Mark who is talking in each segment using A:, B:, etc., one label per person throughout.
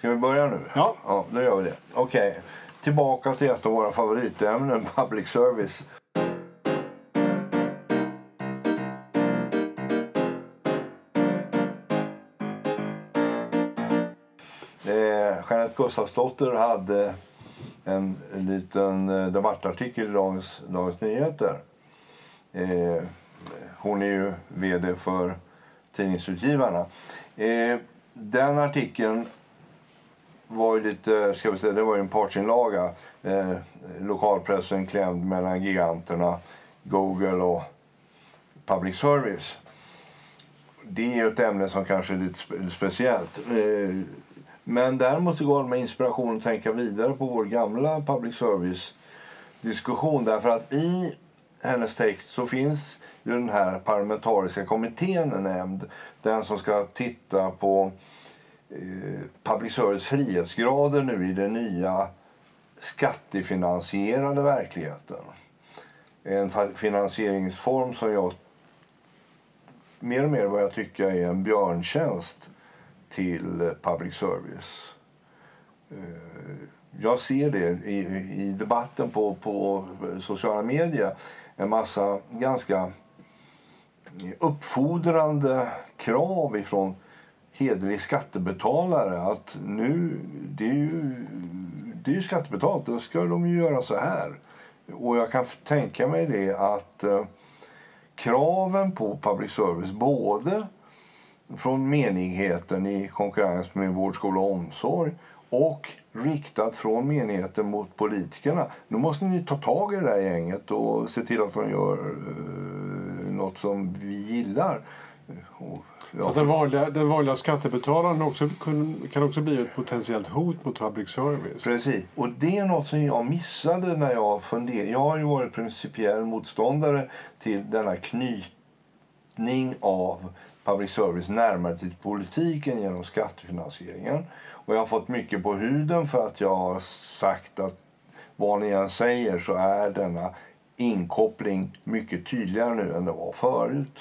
A: Ska vi börja nu?
B: Ja.
A: Ja, då gör vi det. Okej. Tillbaka till ett av våra favoritämnen, public service. Jeanette Gustafsdotter hade en liten debattartikel i Dagens Nyheter. Hon är ju vd för Tidningsutgivarna. Den artikeln var ju lite, ska vi säga, det var ju en partsinlaga. Lokalpressen klämd mellan giganterna Google och public service. Det är ju ett ämne som kanske är lite speciellt. Men däremot så går det med inspiration att tänka vidare på vår gamla public service-diskussion. Därför att i hennes text så finns ju den här parlamentariska kommittén nämnd. Den som ska titta på public service frihetsgrader nu i den nya skattefinansierade verkligheten. En finansieringsform som jag mer och mer vad jag tycker är en björntjänst till public service. Jag ser det i debatten på sociala medier. En massa ganska uppfordrande krav ifrån hederlig skattebetalare att nu, det är ju skattebetalt, då ska de ju göra så här. Och jag kan tänka mig det att kraven på public service både från menigheten i konkurrens med vård, skola och omsorg och riktat från menigheten mot politikerna. Nu måste ni ta tag i det där gänget och se till att de gör något som vi gillar.
B: Så att den vanliga skattebetalaren kan också bli ett potentiellt hot mot public service.
A: Precis. Och det är något som jag missade när jag funderade. Jag har ju varit principiell motståndare till denna knytning av public service närmare till politiken genom skattefinansieringen. Och jag har fått mycket på huden för att jag har sagt att vad ni än säger så är denna inkoppling mycket tydligare nu än det var förut.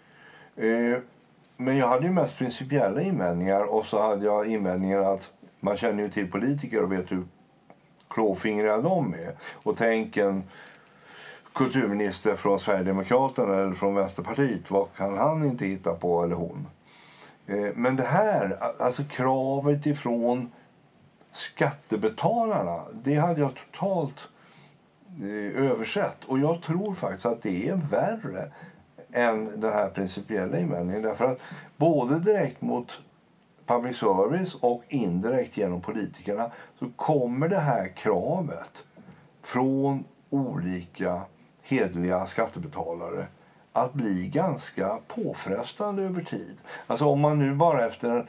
A: Men jag hade ju mest principiella invändningar och så hade jag invändningar att man känner ju till politiker och vet hur klåfingriga de är. Och tänk en kulturminister från Sverigedemokraterna eller från Vänsterpartiet, vad kan han inte hitta på eller hon? Men det här, alltså kravet ifrån skattebetalarna, det hade jag totalt översett. Och jag tror faktiskt att det är värre än den här principiella invändningen. Därför att både direkt mot public service och indirekt genom politikerna så kommer det här kravet från olika hedliga skattebetalare att bli ganska påfrestande över tid. Alltså om man nu bara efter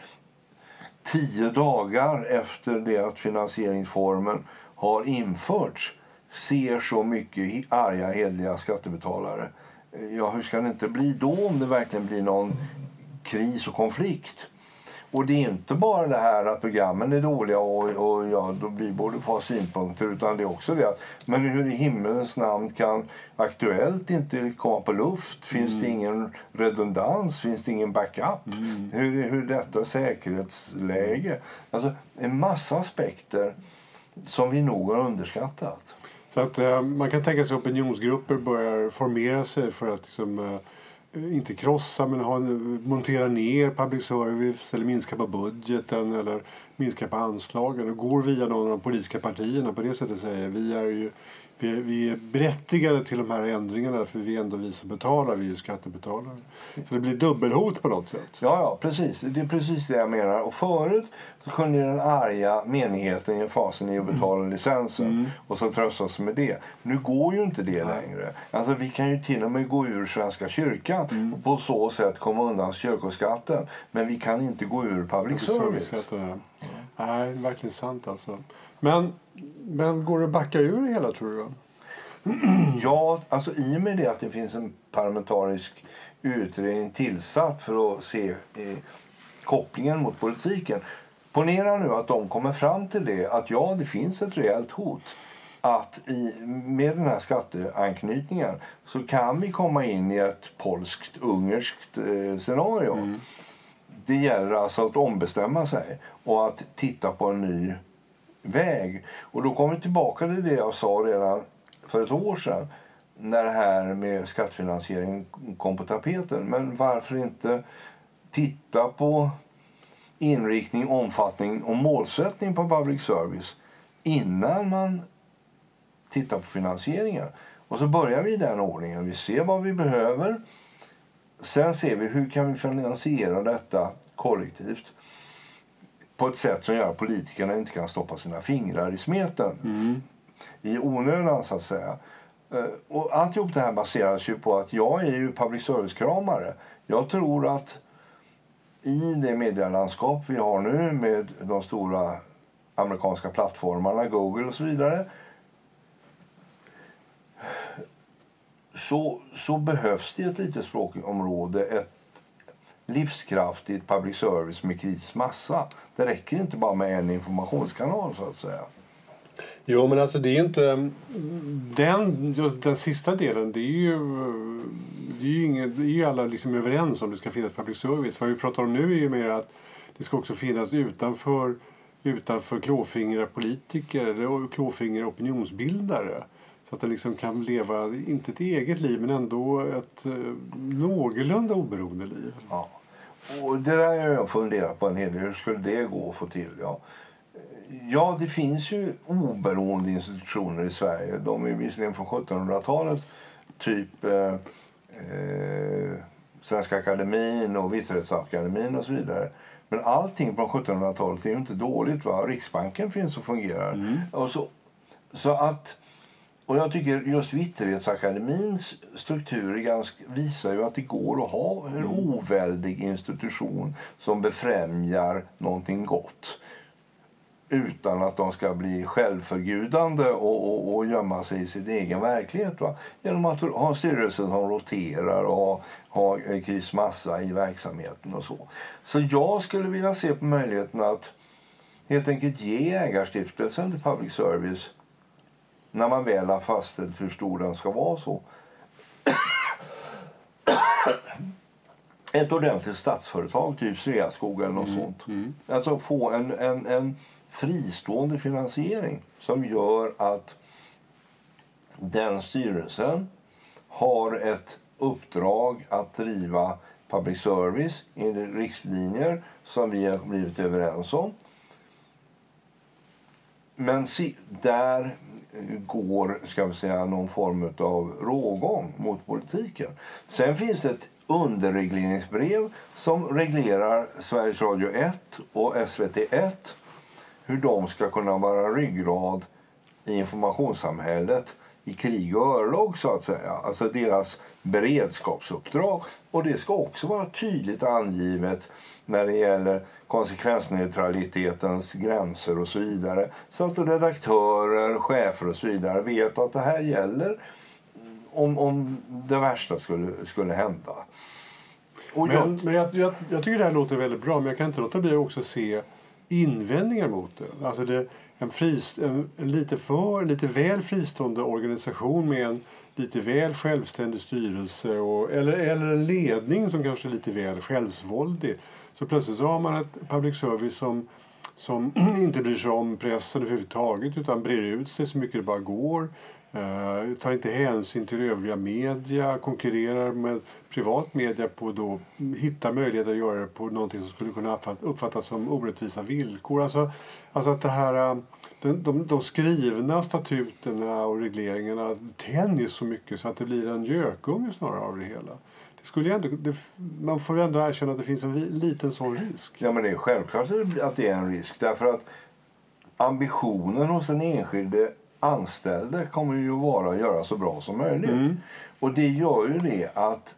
A: 10 dagar efter det att finansieringsformen har införts ser så mycket arga hedliga skattebetalare. Ja, hur ska det inte bli då om det verkligen blir någon kris och konflikt? Och det är inte bara det här att programmen är dåliga och ja, då vi borde få synpunkter, utan det är också det att men hur i himmelens namn kan Aktuellt inte komma på luft? Finns det ingen redundans? Finns det ingen backup? Hur detta säkerhetsläge? Alltså en massa aspekter som vi nog har underskattat.
B: Så att man kan tänka sig att opinionsgrupper börjar formera sig för att liksom, inte krossa men montera ner public service eller minska på budgeten eller minska på anslagen och går via någon av de politiska partierna på det sättet säger vi är berättigade till de här ändringarna för vi är ändå vi som betalar, vi är ju skattebetalare. Så det blir dubbelhot på något sätt.
A: Ja, precis. Det är precis det jag menar. Och förut så kunde den arga menigheten i fasen i att betala licensen och så tröstas med det. Nu går ju inte det längre. Alltså vi kan ju till och med gå ur Svenska kyrkan och på så sätt komma undan kyrkoskatten. Men vi kan inte gå ur public service.
B: Nej, det är verkligen sant alltså. Men går det att backa ur det hela tror du då?
A: Ja, alltså i och med det att det finns en parlamentarisk utredning tillsatt för att se kopplingen mot politiken. Ponera nu att de kommer fram till det att ja, det finns ett rejält hot. Att med den här skatteanknytningen så kan vi komma in i ett polskt-ungerskt scenario. det gäller alltså att ombestämma sig och att titta på en ny väg. Och då kommer vi tillbaka till det jag sa redan för ett år sedan när det här med skattefinansiering kom på tapeten. Men varför inte titta på inriktning, omfattning och målsättning på public service innan man tittar på finansieringen? Och så börjar vi i den ordningen. Vi ser vad vi behöver. Sen ser vi hur kan vi finansiera detta kollektivt på ett sätt som gör att politikerna inte kan stoppa sina fingrar i smeten i onödan, så att säga. Och alltihop det här baseras ju på att jag är ju public service-kramare. Jag tror att i det medielandskap vi har nu med de stora amerikanska plattformarna, Google och så vidare, så behövs det ett litet språkområde, ett livskraftigt public service med kritisk massa. Det räcker inte bara med en informationskanal, så att säga.
B: Jo, men alltså det är inte den sista delen, det är ju alla liksom överens om det ska finnas public service. Vad vi pratar om nu är ju mer att det ska också finnas utanför klåfingriga politiker och klåfingriga opinionsbildare. Så att den liksom kan leva, inte ett eget liv, men ändå ett någorlunda oberoende liv.
A: Ja. Och det där har jag funderat på en hel del. Hur skulle det gå att få till? Ja, det finns ju oberoende institutioner i Sverige. De är visserligen från 1700-talet. Typ Svenska Akademin och Vitterhetsakademin och så vidare. Men allting från 1700-talet är ju inte dåligt, va? Riksbanken finns och fungerar. Och jag tycker just Vitterhetsakademins struktur visar ju att det går att ha en oväldig institution som befrämjar någonting gott utan att de ska bli självförgudande och gömma sig i sin egen verklighet. Va? Genom att ha en styrelse som roterar och ha krismassa i verksamheten och så. Så jag skulle vilja se på möjligheten att helt enkelt ge ägarstiftelsen till public service, när man väl har fastställt hur stor den ska vara, så ett ordentligt statsföretag, typ Sveaskog eller något sånt. Alltså få en fristående finansiering som gör att den styrelsen har ett uppdrag att driva public service enligt riktlinjer som vi har blivit överens om. Men där går, ska vi säga, någon form av rågång mot politiken. Sen finns det ett underregleringsbrev som reglerar Sveriges Radio 1 och SVT 1 hur de ska kunna vara ryggrad i informationssamhället i krig och örlog, så att säga. Alltså deras beredskapsuppdrag. Och det ska också vara tydligt angivet när det gäller konsekvensneutralitetens gränser och så vidare. Så att redaktörer, chefer och så vidare vet att det här gäller om det värsta skulle hända. Och
B: men jag tycker det här låter väldigt bra, men jag kan inte låta bli att också se invändningar mot det. Alltså en lite väl fristående organisation med en lite väl självständig styrelse eller en ledning som kanske är lite väl självsvåldig. Så plötsligt så har man ett public service som inte bryr sig om pressen överhuvudtaget, utan brer ut sig så mycket det bara går. Tar inte hänsyn till övriga media, konkurrerar med privat media på då hitta möjligheter att göra det på någonting som skulle kunna uppfattas som orättvisa villkor. Alltså att det här, de skrivna statuterna och regleringarna tänjer så mycket så att det blir en gökunge snarare av det hela. Man får ändå erkänna att det finns en liten sån risk.
A: Ja, men det är självklart att det är en risk. Därför att ambitionen hos den enskilde anställde kommer ju vara att göra så bra som möjligt. Och det gör ju det att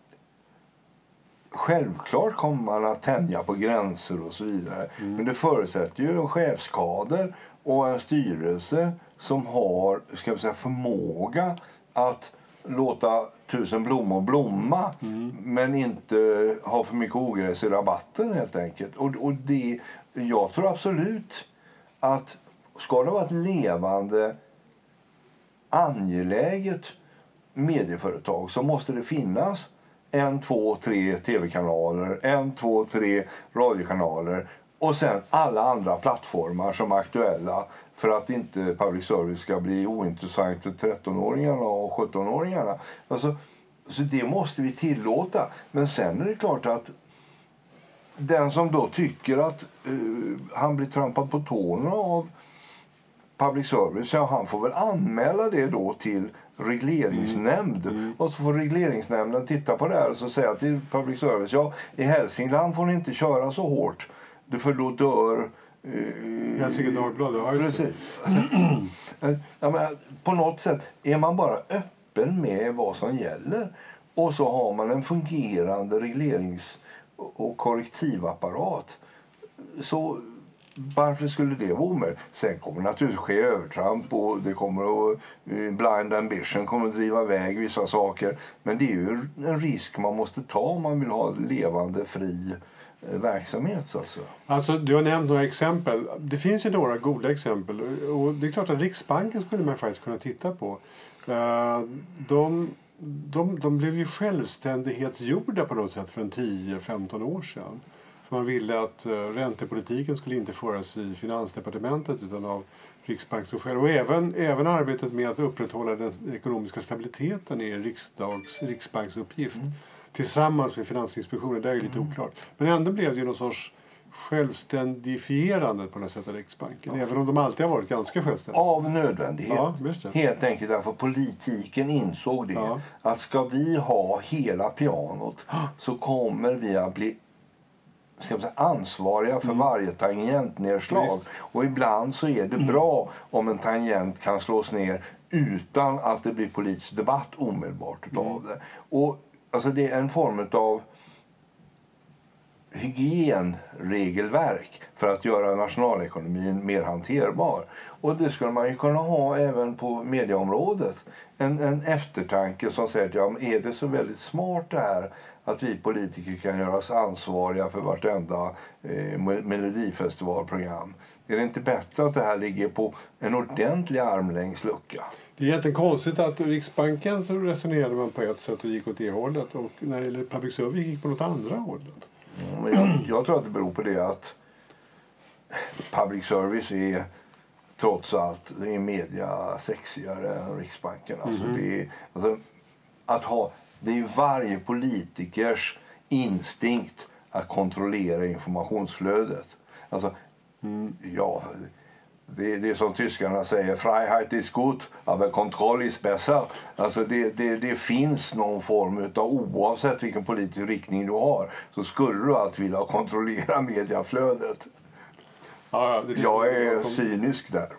A: självklart kommer man att tänja på gränser och så vidare. Men det förutsätter ju en chefskader och en styrelse som har, ska vi säga, förmåga att låta 1000 blommor blomma men inte ha för mycket ogräs i rabatten, helt enkelt. Och det, jag tror absolut att ska det vara ett levande, angeläget medieföretag så måste det finnas 1, 2, 3 tv-kanaler, 1, 2, 3 radiokanaler och sen alla andra plattformar som är aktuella för att inte public service ska bli ointressant för 13-åringarna och 17-åringarna. Alltså, så det måste vi tillåta. Men sen är det klart att den som då tycker att han blir trampad på tårna av public service, ja, han får väl anmäla det då till regleringsnämnd. Och så får regleringsnämnden titta på det här och så säga till public service, ja, i Hälsingland får ni inte köra så hårt, för då dör
B: Hälsingland Dagblad,
A: precis. Ja, men på något sätt är man bara öppen med vad som gäller och så har man en fungerande reglerings- och korrektivapparat, så varför skulle det vara omöjligt? Sen kommer det naturligtvis ske övertramp och det kommer att, blind ambition kommer att driva iväg vissa saker. Men det är ju en risk man måste ta om man vill ha levande, fri verksamhet.
B: Alltså, du har nämnt några exempel. Det finns ju några goda exempel. Och det är klart att Riksbanken skulle man faktiskt kunna titta på. De blev ju självständighetsgjorda på något sätt för 10-15 år sedan. För man ville att räntepolitiken skulle inte föras i Finansdepartementet utan av Riksbanken själv. Och även arbetet med att upprätthålla den ekonomiska stabiliteten är Riksbanks uppgift. Tillsammans med Finansinspektionen, det är ju lite oklart. Men ändå blev det ju någon sorts självständigifierande på något sätt av Riksbanken. Ja. Även om de alltid har varit ganska självständiga.
A: Av nödvändighet.
B: Ja,
A: helt enkelt därför politiken insåg det. Ja. Att ska vi ha hela pianot så kommer vi att bli ansvariga för varje tangentnedslag. Just. Och ibland så är det bra om en tangent kan slås ner utan att det blir politisk debatt omedelbart av det. Och alltså det är en form av hygienregelverk för att göra nationalekonomin mer hanterbar. Och det skulle man ju kunna ha även på medieområdet. En eftertanke som säger att ja, är det så väldigt smart det här att vi politiker kan göra oss ansvariga för vartenda melodifestivalprogram. Är det inte bättre att det här ligger på en ordentlig armlängdslucka?
B: Det är egentligen konstigt att Riksbanken så resonerade man på ett sätt och gick åt det hållet och när det gäller public service gick på något andra hållet.
A: Ja, men jag tror att det beror på det att public service är trots allt det är media sexigare än Riksbanken. Alltså det är ju varje politikers instinkt att kontrollera informationsflödet. Alltså, ja, det är som tyskarna säger, Freiheit ist gut, aber Kontroll ist besser. Alltså det finns någon form av, oavsett vilken politisk riktning du har, så skulle du alltid vilja kontrollera mediaflödet.
B: Ja,
A: jag är cynisk där.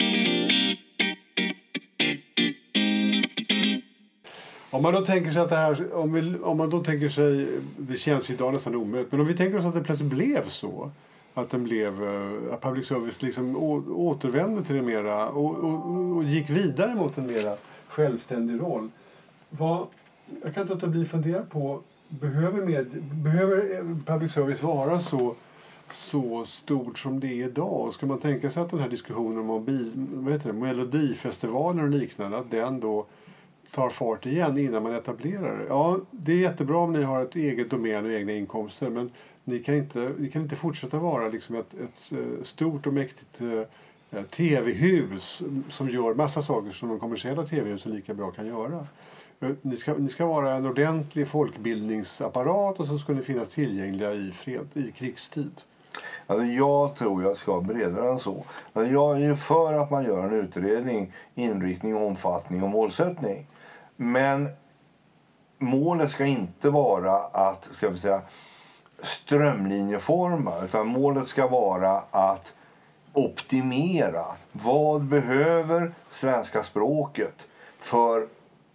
B: Om man då tänker sig att det här, om man då tänker sig, det känns ju idag nästan omöjligt, men om vi tänker oss att det plötsligt blev så, att den blev, att public service liksom återvände till det mera och gick vidare mot en mera självständig roll. Jag kan inte låta bli fundera på, behöver public service vara så stort som det är idag? Ska man tänka sig att den här diskussionen om Melodifestivalen och liknande, att den då tar fart igen innan man etablerar det? Ja, det är jättebra om ni har ett eget domän och egna inkomster, men ni kan inte fortsätta vara liksom ett stort och mäktigt tv-hus som gör massa saker som de kommersiella tv-husen lika bra kan göra. Ni ska vara en ordentlig folkbildningsapparat och så ska ni finnas tillgängliga i krigstid.
A: Alltså jag tror jag ska bredare än så. Alltså jag är ju för att man gör en utredning, inriktning, omfattning och målsättning. Men målet ska inte vara att, ska vi säga, strömlinjeforma, utan målet ska vara att optimera. Vad behöver svenska språket för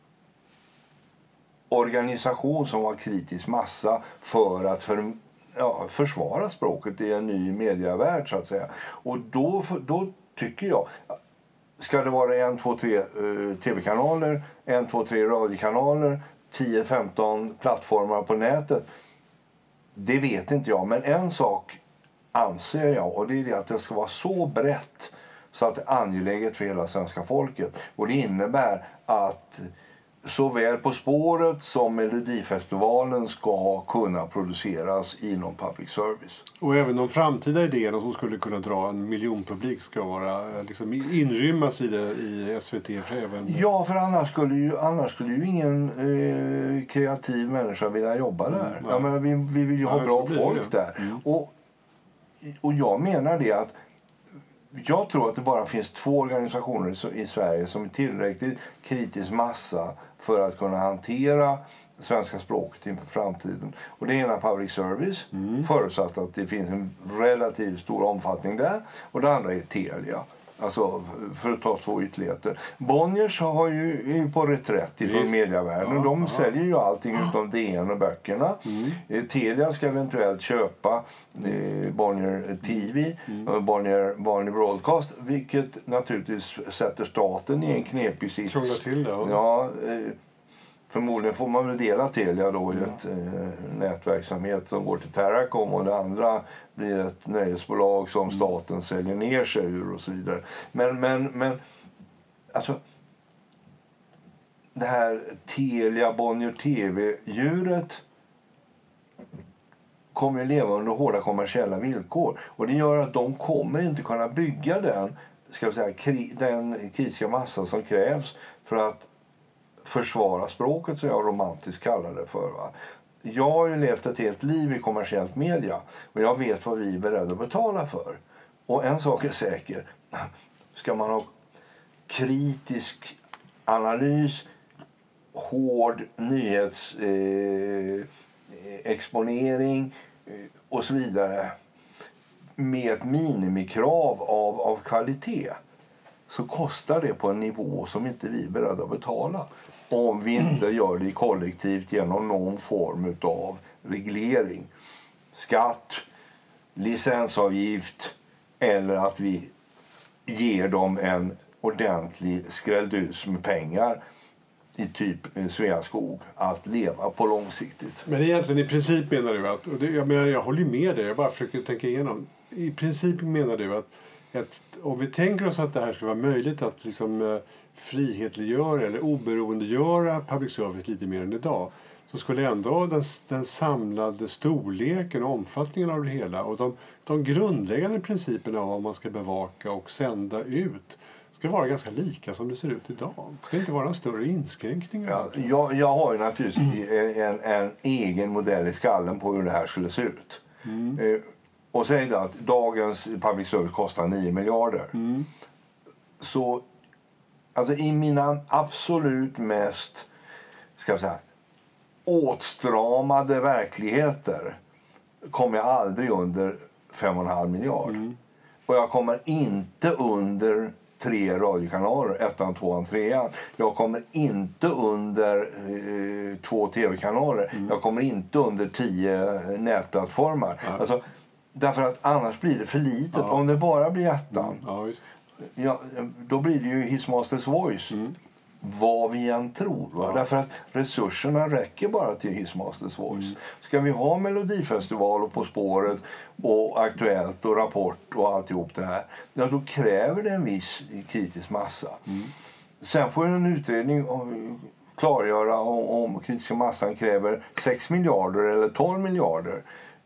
A: organisation som har kritisk massa för att försvara språket i en ny medievärld, så att säga. Och då tycker jag, ska det vara 1, 2, 3 tv-kanaler, 1, 2, 3 radiokanaler, 10-15 plattformar på nätet? Det vet inte jag, men en sak anser jag, och det är det att det ska vara så brett så att det är angeläget för hela svenska folket. Och det innebär att såväl På spåret som Melodifestivalen ska kunna produceras inom public service.
B: Och även de framtida idéerna som skulle kunna dra en miljonpublik ska vara liksom inrymmas i det i SVT för även...
A: Ja, för annars skulle ju ingen kreativ människa vilja jobba där. Jag menar, vi vill ju ha bra folk där. Och jag menar det att jag tror att det bara finns 2 organisationer i Sverige som är tillräckligt kritisk massa för att kunna hantera svenska språket inför framtiden. Och det ena är public service, förutsatt att det finns en relativt stor omfattning där. Och det andra är Telia. Alltså, för att ta 2 ytterligheter. Bonniers är ju på reträtt ifrån medievärlden. De säljer ju allting utom DN och böckerna. Telia ska eventuellt köpa Bonnier TV, Bonnier Broadcast, vilket naturligtvis sätter staten i en knepig sits.
B: Krånglar till det.
A: Ja, förmodligen får man väl dela Telia då i ett nätverksamhet som går till Terracom, och det andra blir ett nöjesbolag som staten säljer ner sig ur och så vidare. Men alltså det här Telia Bonnier TV-djuret kommer att leva under hårda kommersiella villkor, och det gör att de kommer inte kunna bygga den kritiska massa som krävs för att försvara språket, som jag romantiskt kallar det för. Va? Jag har ju levt ett helt liv i kommersiellt media, och jag vet vad vi är beredda att betala för. Och en sak är säker: ska man ha kritisk analys, hård nyhetsexponering och så vidare med ett minimikrav av kvalitet, så kostar det på en nivå som inte vi är beredda att betala, om vi inte gör det kollektivt genom någon form av reglering, skatt, licensavgift, eller att vi ger dem en ordentlig skrälldus med pengar i typ Sveaskog att leva på långsiktigt.
B: Men egentligen i princip menar du att, och jag håller med dig, jag bara försöker tänka igenom. I princip menar du att om vi tänker oss att det här ska vara möjligt att liksom frihetliggöra eller oberoendegöra public service lite mer än idag, så skulle ändå den samlade storleken och omfattningen av det hela och de grundläggande principerna av vad man ska bevaka och sända ut ska vara ganska lika som det ser ut idag. Det ska inte vara några större inskränkningar.
A: Ja, jag har ju naturligtvis en egen modell i skallen på hur det här skulle se ut. Och säg att dagens public service kostar 9 miljarder. Så alltså i mina absolut mest, ska jag säga, åtstramade verkligheter kommer jag aldrig under 5,5 miljard. Och jag kommer inte under 3 radiokanaler, 1, 2, 3. Jag kommer inte under 2 tv-kanaler. Jag kommer inte under 10 nätplattformar. Alltså, därför att annars blir det för litet. Om det bara blir 1, då blir det ju Hissmasters Voice. Vad vi än tror. Va? Därför att resurserna räcker bara till Hissmasters Voice. Ska vi ha Melodifestival och På spåret och Aktuellt och Rapport och alltihop det här, då kräver det en viss kritisk massa. Sen får en utredning klargöra om kritiska massan kräver 6 miljarder eller 12 miljarder.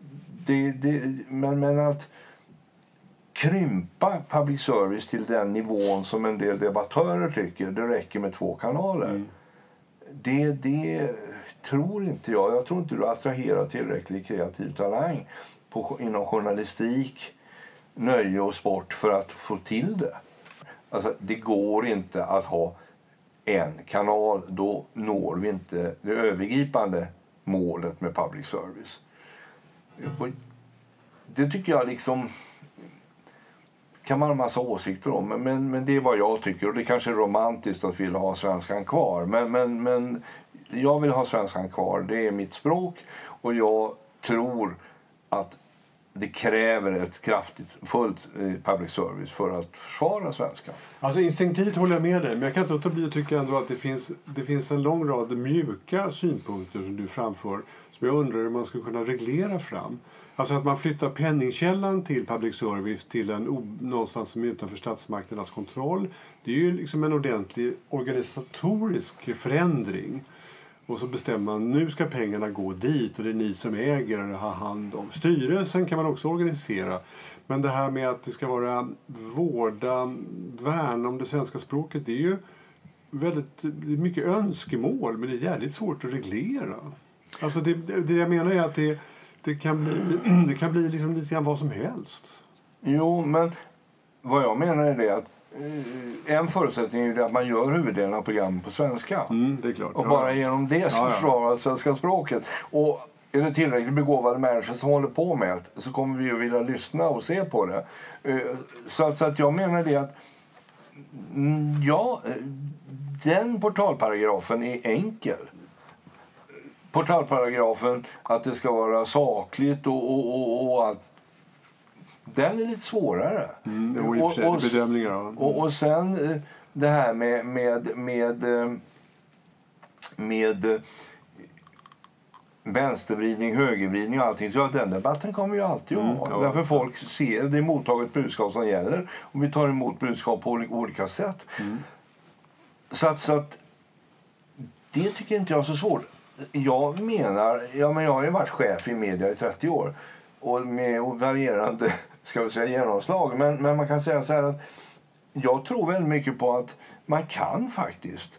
A: Men att krympa public service till den nivån som en del debattörer tycker det räcker med 2 kanaler. Det tror inte jag. Jag tror inte du attraherar tillräckligt kreativ talang inom journalistik, nöje och sport för att få till det. Alltså, det går inte att ha en kanal. Då når vi inte det övergripande målet med public service. Och det tycker jag liksom kan man ha en massa åsikter om, men det är vad jag tycker, och det kanske är romantiskt att vilja ha svenskan kvar, men jag vill ha svenskan kvar, det är mitt språk, och jag tror att det kräver ett kraftigt fullt public service för att försvara svenskan.
B: Alltså instinktivt håller jag med dig, men jag kan inte låta bli att tycka ändå att det finns en lång rad mjuka synpunkter som du framför som jag undrar hur man skulle kunna reglera fram. Alltså att man flyttar penningkällan till public service till någonstans som är utanför statsmakternas kontroll. Det är ju liksom en ordentlig organisatorisk förändring. Och så bestämmer man, nu ska pengarna gå dit och det är ni som äger och har hand om. Styrelsen kan man också organisera. Men det här med att det ska vara värna om det svenska språket, det är ju väldigt mycket önskemål, men det är jävligt svårt att reglera. Alltså det jag menar är att det kan bli liksom lite grann vad som helst.
A: Jo, men vad jag menar är det att en förutsättning är att man gör huvuddelen av programmet på svenska.
B: Det är klart.
A: Och bara genom det så försvarar svenska språket. Och är det tillräckligt begåvade människor som håller på med det, så kommer vi ju vilja lyssna och se på det. Så att jag menar det att den portalparagrafen är enkel. Portalparagrafen att det ska vara sakligt och allt. Den är lite svårare. Och sen det här med vänstervridning, högervridning och allting. Så den debatten kommer ju alltid att ha. Därför folk ser det är mottaget budskap som gäller. Och vi tar emot budskap på olika sätt. Så att det tycker inte jag är så svårt. Jag menar, jag har ju varit chef i media i 30 år. Och med varierande genomslag. Men man kan säga så här att jag tror väldigt mycket på att man kan faktiskt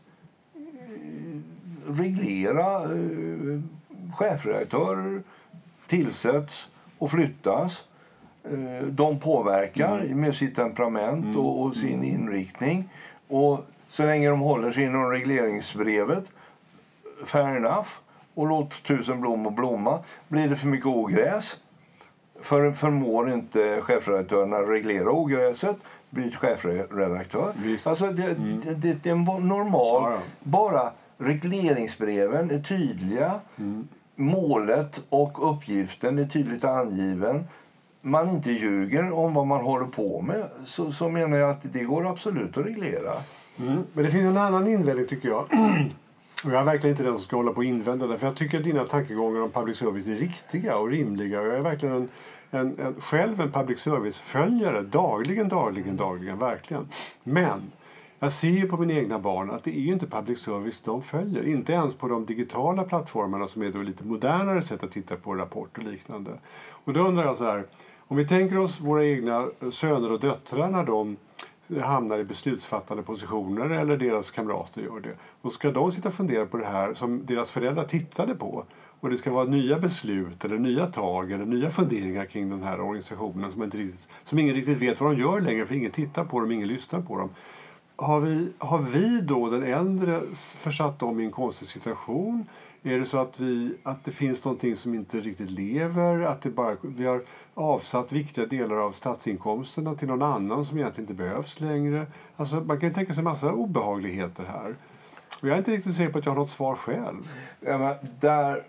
A: reglera chefredaktörer tillsätts och flyttas. De påverkar med sitt temperament och sin inriktning. Och så länge de håller sig inom regleringsbrevet, fair enough, och låt 1000 blommor blomma. Blir det för mycket ogräs, förmår inte chefredaktörerna reglera ogräset, blir chefredaktör. Alltså det är en normal, bara regleringsbreven är tydliga, målet och uppgiften är tydligt angiven, man inte ljuger om vad man håller på med, så menar jag att det går absolut att reglera.
B: Men det finns en annan invändning tycker jag. Och jag är verkligen inte den som ska hålla på och invända det. För jag tycker att dina tankegångar om public service är riktiga och rimliga. Och jag är verkligen själv en public service-följare. Dagligen, verkligen. Men jag ser ju på mina egna barn att det är ju inte public service de följer. Inte ens på de digitala plattformarna som är då lite modernare sätt att titta på Rapport och liknande. Och då undrar jag så här. Om vi tänker oss våra egna söner och döttrar när de hamnar i beslutsfattande positioner eller deras kamrater gör det. Och ska de sitta och fundera på det här som deras föräldrar tittade på, och det ska vara nya beslut eller nya tag eller nya funderingar kring den här organisationen som ingen riktigt vet vad de gör längre, för ingen tittar på dem, ingen lyssnar på dem. Har vi då, den äldre, försatt dem i en konstig situation? Är det så att det finns någonting som inte riktigt lever? Att vi har avsatt viktiga delar av statsinkomsterna till någon annan som egentligen inte behövs längre? Alltså man kan ju tänka sig en massa obehagligheter här. Och jag är inte riktigt säker på att jag har något svar själv.
A: Ja, men där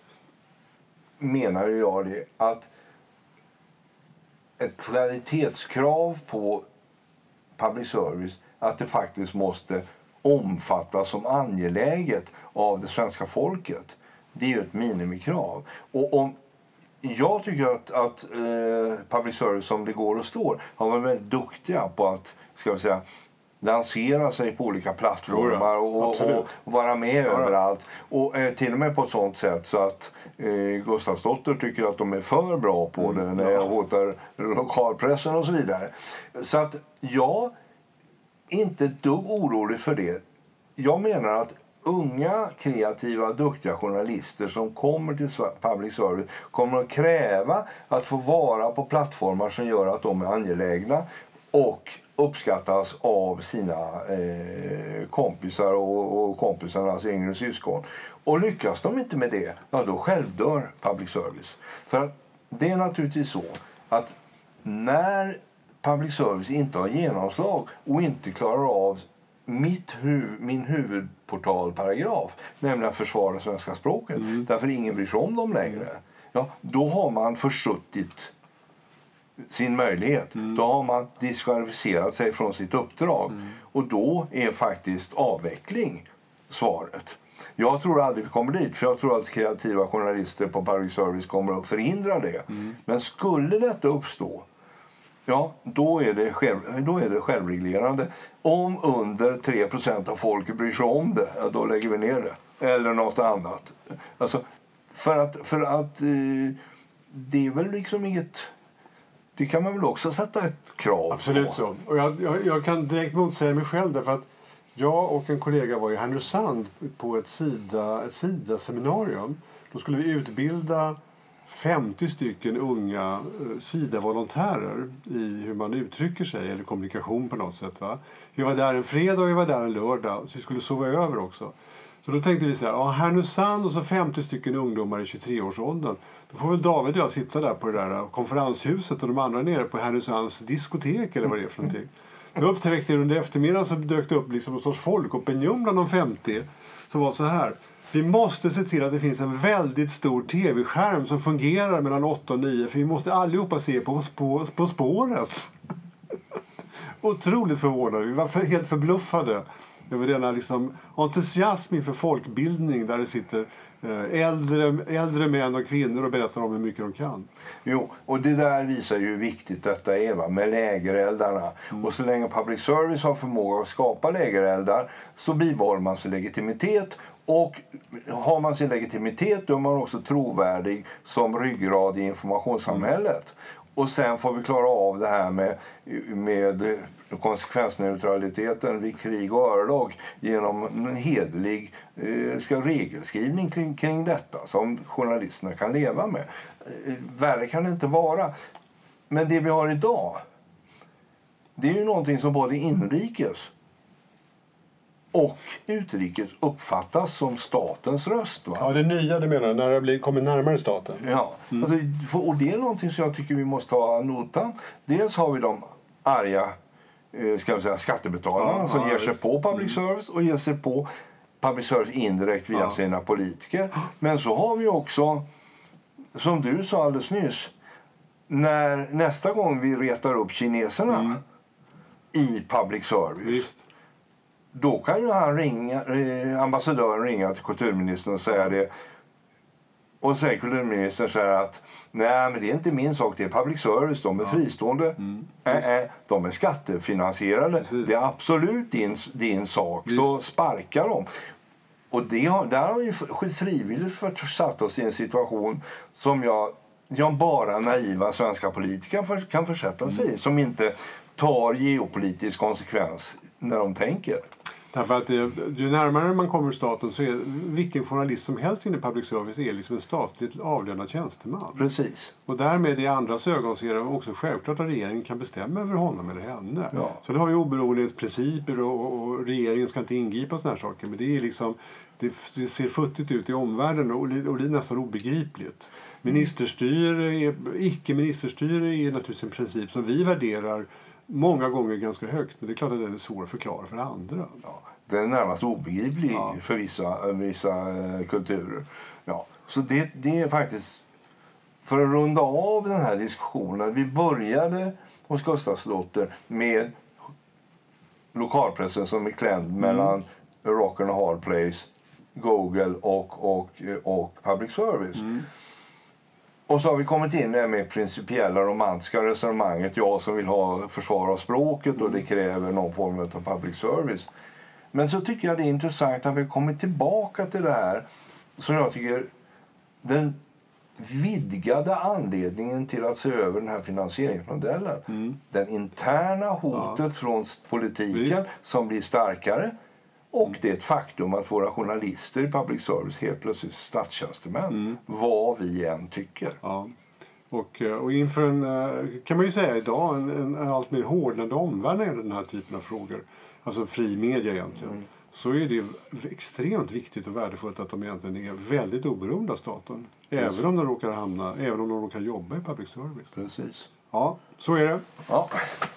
A: menar jag det att ett kvalitetskrav på public service, att det faktiskt måste omfattas som angeläget av det svenska folket. Det är ju ett minimikrav. Och jag tycker att public service som det går och står har varit väldigt duktiga på att, ska vi säga, lansera sig på olika plattformar och vara med överallt. Och till och med på ett sånt sätt så att Gustafsdotter tycker att de är för bra på det när jag hotar lokalpressen och så vidare. Så att jag inte ett dugg orolig för det. Jag menar att unga, kreativa, duktiga journalister som kommer till public service kommer att kräva att få vara på plattformar som gör att de är angelägna och uppskattas av sina kompisar och kompisarnas yngre syskon. Och lyckas de inte med det, då självdör public service. För det är naturligtvis så att när public service inte har genomslag och inte klarar av min huvudportalparagraf, nämligen att försvara svenska språket, därför ingen bryr sig om dem längre, då har man försuttit sin möjlighet. Då har man diskvalificerat sig från sitt uppdrag. Och då är faktiskt avveckling svaret. Jag tror aldrig vi kommer dit, för jag tror att kreativa journalister på public service kommer att förhindra det. Men skulle detta uppstå, ja, då är det självreglerande. Om under 3% av folket bryr sig om det, ja, då lägger vi ner det. Eller något annat. Alltså, för att det är väl liksom inget... Det kan man väl också sätta ett krav
B: Absolut
A: på.
B: så. Och jag kan direkt motsäga mig själv därför att jag och en kollega var i Härnösand på ett SIDA-seminarium. Då skulle vi utbilda 50 stycken unga SIDA-volontärer i hur man uttrycker sig eller kommunikation på något sätt. Va? Vi var där en fredag och vi var där en lördag, så vi skulle sova över också. Så då tänkte vi så här, Härnösand och så 50 stycken ungdomar i 23-årsåldern. Då får väl David och jag sitta där på det där konferenshuset och de andra nere på Härnösands diskotek eller vad det är för någonting. Då upptäckte under eftermiddagen så dök det upp liksom en sorts folkopinion bland de 50 som var så här. Vi måste se till att det finns en väldigt stor tv-skärm som fungerar mellan 8 och 9 för vi måste allihopa se på spåret. Otroligt förvånade. Vi var helt förbluffade över denna liksom entusiasm inför folkbildning där det sitter äldre män och kvinnor och berättar om hur mycket de kan.
A: Jo, och det där visar ju hur viktigt detta är med lägereldarna. Och så länge public service har förmåga att skapa lägereldar så bibehåller man sin legitimitet. Och har man sin legitimitet då är man också trovärdig som ryggrad i informationssamhället. Och sen får vi klara av det här med konsekvensneutraliteten vid krig och örlog genom en hederlig regelskrivning kring detta som journalisterna kan leva med. Värre kan det inte vara. Men det vi har idag, det är ju någonting som både inrikes och utrikes uppfattas som statens röst. Va?
B: Ja, det nya du menar, när det kommer närmare staten.
A: Ja, alltså, och det är någonting som jag tycker vi måste ha notan. Dels har vi de arga skattebetalarna som ger sig på public service och ger sig på public service indirekt via sina politiker. Men så har vi också, som du sa alldeles nyss, när nästa gång vi retar upp kineserna i public service.
B: Visst.
A: Då kan ju ambassadören ringa till kulturministern och säga det. Och säger kulturministern så här att nej, men det är inte min sak, det är public service, de är fristående. De är skattefinansierade. Precis. Det är absolut din sak. Visst. Så sparkar de. Och där har vi frivilligt försatt oss i en situation som jag bara naiva svenska politiker kan försätta sig i, som inte tar geopolitisk konsekvens när de tänker.
B: Därför att ju närmare man kommer staten så är vilken journalist som helst inne i public service är liksom en statligt avlönad tjänsteman.
A: Precis.
B: Och därmed i andras ögon så är det också självklart att regeringen kan bestämma över honom eller henne. Ja. Så det har ju oberoendeprinciper och regeringen ska inte ingripa såna här saker. Men det är liksom, det ser futtigt ut i omvärlden och det är nästan obegripligt. Icke-ministerstyre är naturligtvis en princip som vi värderar många gånger ganska högt, men det är klart att den är svår att förklara för andra.
A: Ja, den är närmast obegriplig för vissa kulturer. Ja, så det är faktiskt, för att runda av den här diskussionen, vi började hos Gustafsdotter med lokalpressen som är klämd mellan Rock and Hard Place, Google och public service. Och så har vi kommit in med principiella romantiska resonemanget. Jag som vill försvara språket och det kräver någon form av public service. Men så tycker jag det är intressant att vi kommer tillbaka till det här som jag tycker den vidgade anledningen till att se över den här finansieringsmodellen. Den interna hotet från politiken som blir starkare. Och det är ett faktum att våra journalister i public service helt plötsligt statstjänstemän, vad vi än tycker.
B: Ja. Och inför kan man ju säga idag, en allt mer hårdnande omvärld när det gäller den här typen av frågor, alltså fri media egentligen, så är det extremt viktigt och värdefullt att de egentligen är väldigt oberoende av staten. Även om de råkar jobba i public service.
A: Precis.
B: Ja, så är det.
A: Ja.